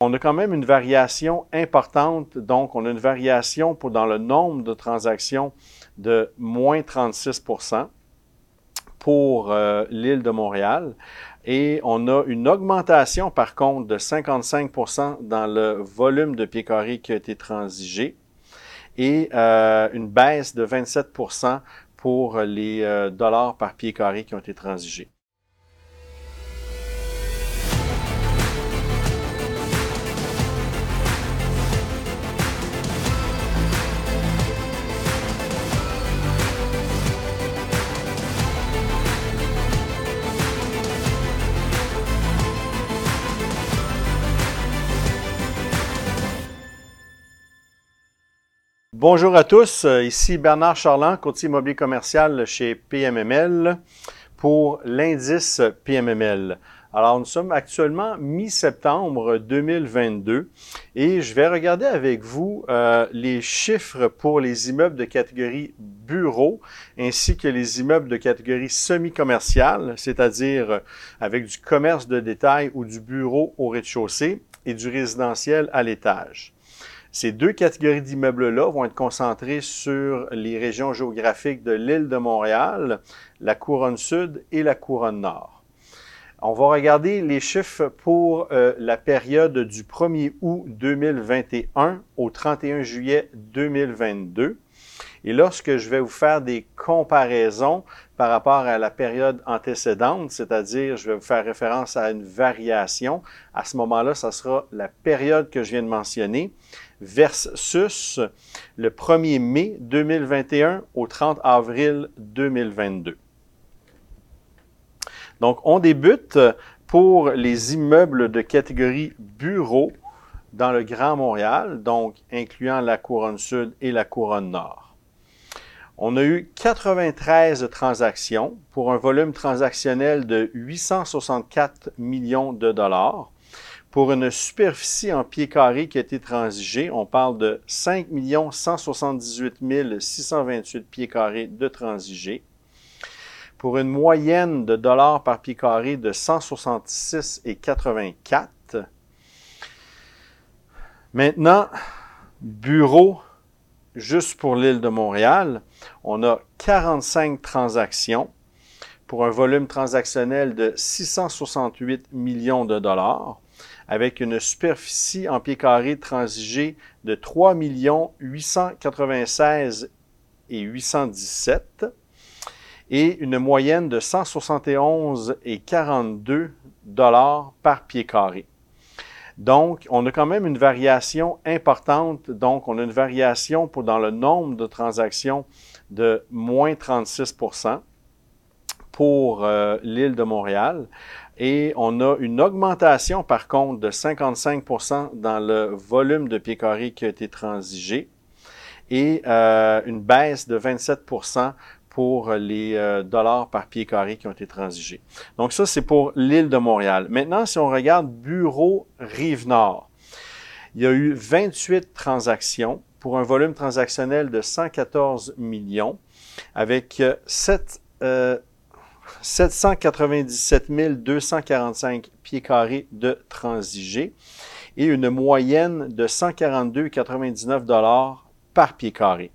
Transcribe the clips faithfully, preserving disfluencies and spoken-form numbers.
on a quand même une variation importante. Donc, on a une variation pour, dans le nombre de transactions de moins trente-six pour cent pour euh, l'île de Montréal. Et on a une augmentation, par contre, de cinquante-cinq pour cent dans le volume de pieds carrés qui a été transigé et euh, une baisse de vingt-sept pour cent pour les euh, dollars par pied carré qui ont été transigés. Bonjour à tous, ici Bernard Charland, courtier immobilier commercial chez P M M L pour l'indice P M M L. Alors, nous sommes actuellement mi-septembre deux mille vingt-deux et je vais regarder avec vous euh, les chiffres pour les immeubles de catégorie bureau ainsi que les immeubles de catégorie semi-commerciale, c'est-à-dire avec du commerce de détail ou du bureau au rez-de-chaussée et du résidentiel à l'étage. Ces deux catégories d'immeubles-là vont être concentrées sur les régions géographiques de l'île de Montréal, la couronne sud et la couronne nord. On va regarder les chiffres pour euh, la période du premier août deux mille vingt et un au trente et un juillet deux mille vingt-deux. Et lorsque je vais vous faire des comparaisons par rapport à la période antécédente, c'est-à-dire je vais vous faire référence à une variation, à ce moment-là, ça sera la période que je viens de mentionner versus le premier mai deux mille vingt et un au trente avril deux mille vingt-deux. Donc, on débute pour les immeubles de catégorie bureau dans le Grand Montréal, donc incluant la couronne sud et la couronne nord. On a eu quatre-vingt-treize transactions pour un volume transactionnel de huit cent soixante-quatre millions de dollars. Pour une superficie en pieds carrés qui a été transigée, on parle de cinq millions cent soixante-dix-huit mille six cent vingt-huit pieds carrés de transigés. Pour une moyenne de dollars par pied carré de cent soixante-six virgule quatre-vingt-quatre. Maintenant, bureau, juste pour l'île de Montréal, on a quarante-cinq transactions pour un volume transactionnel de six cent soixante-huit millions de dollars, avec une superficie en pieds carrés transigée de trois millions huit cent quatre-vingt-seize mille huit cent dix-sept et une moyenne de cent soixante et onze virgule quarante-deux dollars par pied carré. Donc, on a quand même une variation importante. Donc, on a une variation pour, dans le nombre de transactions de moins trente-six pour cent pour euh, l'île de Montréal. Et on a une augmentation, par contre, de cinquante-cinq pour cent dans le volume de pieds carrés qui a été transigé et euh, une baisse de vingt-sept pour cent pour les euh, dollars par pied carré qui ont été transigés. Donc ça, c'est pour l'île de Montréal. Maintenant, si on regarde bureau Rive-Nord, il y a eu vingt-huit transactions pour un volume transactionnel de cent quatorze millions avec euh, sept, euh, sept cent quatre-vingt-dix-sept mille deux cent quarante-cinq pieds carrés de transigés et une moyenne de cent quarante-deux virgule quatre-vingt-dix-neuf dollars par pied carré.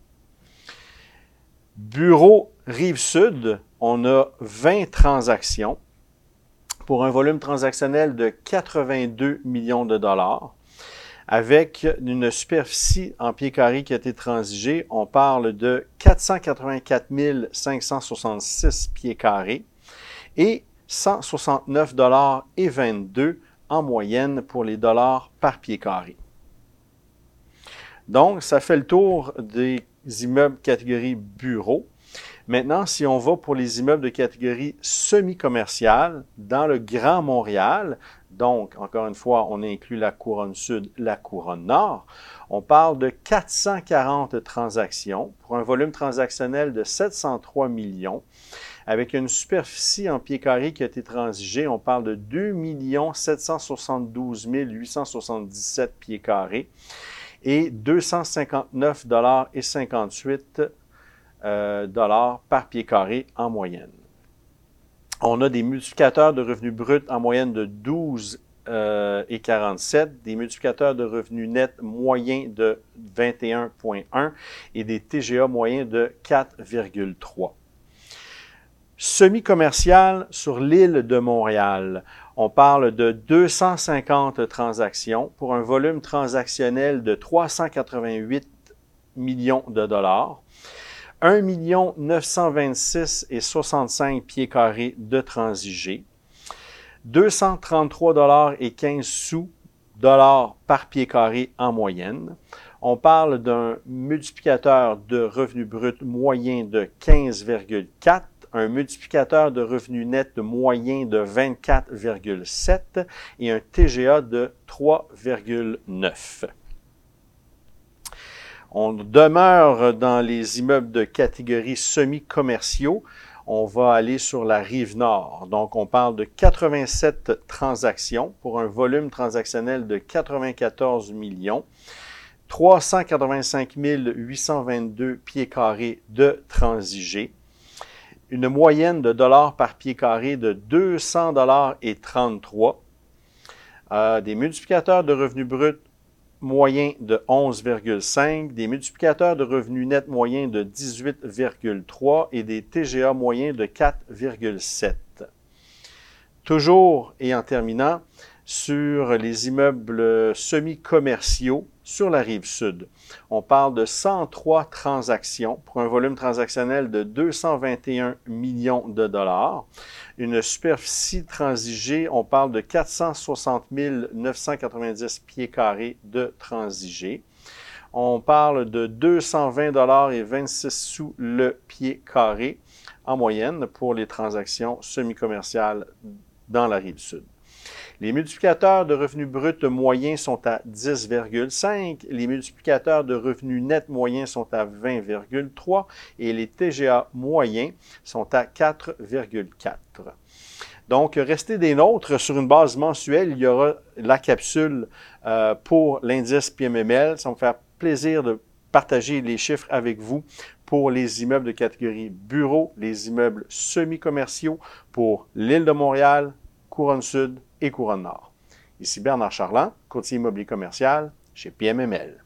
Bureau Rive-Sud, on a vingt transactions pour un volume transactionnel de quatre-vingt-deux millions de dollars. Avec une superficie en pieds carrés qui a été transigée, on parle de quatre cent quatre-vingt-quatre mille cinq cent soixante-six pieds carrés et cent soixante-neuf dollars et vingt-deux en moyenne pour les dollars par pied carré. Donc, ça fait le tour des immeubles catégorie bureau. Maintenant, si on va pour les immeubles de catégorie semi-commerciale dans le Grand Montréal, donc, encore une fois, on inclut la couronne sud, la couronne nord, on parle de quatre cent quarante transactions pour un volume transactionnel de sept cent trois millions. Avec une superficie en pieds carrés qui a été transigée, on parle de deux millions sept cent soixante-douze mille huit cent soixante-dix-sept pieds carrés et deux cent cinquante-neuf dollars et cinquante-huit euh, dollars par pied carré en moyenne. On a des multiplicateurs de revenus bruts en moyenne de douze euh, et quarante-sept, des multiplicateurs de revenus nets moyens de vingt et un virgule un et des T G A moyens de quatre virgule trois. Semi-commercial sur l'île de Montréal. On parle de deux cent cinquante transactions pour un volume transactionnel de trois cent quatre-vingt-huit millions de dollars. un million neuf cent vingt-six virgule soixante-cinq pieds carrés de transigés. deux cent trente-trois dollars et quinze sous dollars par pied carré en moyenne. On parle d'un multiplicateur de revenus bruts moyen de quinze virgule quatre, un multiplicateur de revenus nets moyen de vingt-quatre virgule sept et un T G A de trois virgule neuf. On demeure dans les immeubles de catégorie semi-commerciaux. On va aller sur la rive nord. Donc, on parle de quatre-vingt-sept transactions pour un volume transactionnel de quatre-vingt-quatorze millions, trois cent quatre-vingt-cinq mille huit cent vingt-deux pieds carrés de transigés, une moyenne de dollars par pied carré de deux cents dollars et trente-trois, euh, des multiplicateurs de revenus bruts moyens de onze virgule cinq, des multiplicateurs de revenus nets moyens de dix-huit virgule trois et des T G A moyens de quatre virgule sept. Toujours et en terminant, sur les immeubles semi-commerciaux sur la rive sud, on parle de cent trois transactions pour un volume transactionnel de deux cent vingt et un millions de dollars. Une superficie transigée, on parle de quatre cent soixante mille neuf cent quatre-vingt-dix pieds carrés de transigés. On parle de deux cent vingt dollars et vingt-six sous le pied carré en moyenne pour les transactions semi-commerciales dans la rive sud. Les multiplicateurs de revenus bruts moyens sont à dix virgule cinq, les multiplicateurs de revenus nets moyens sont à vingt virgule trois et les T G A moyens sont à quatre virgule quatre. Donc, restez des nôtres. Sur une base mensuelle, il y aura la capsule euh, pour l'indice P M M L. Ça va me faire plaisir de partager les chiffres avec vous pour les immeubles de catégorie bureau, les immeubles semi-commerciaux pour l'île de Montréal, Couronne Sud et Couronne Nord. Ici Bernard Charland, courtier immobilier commercial chez P M M L.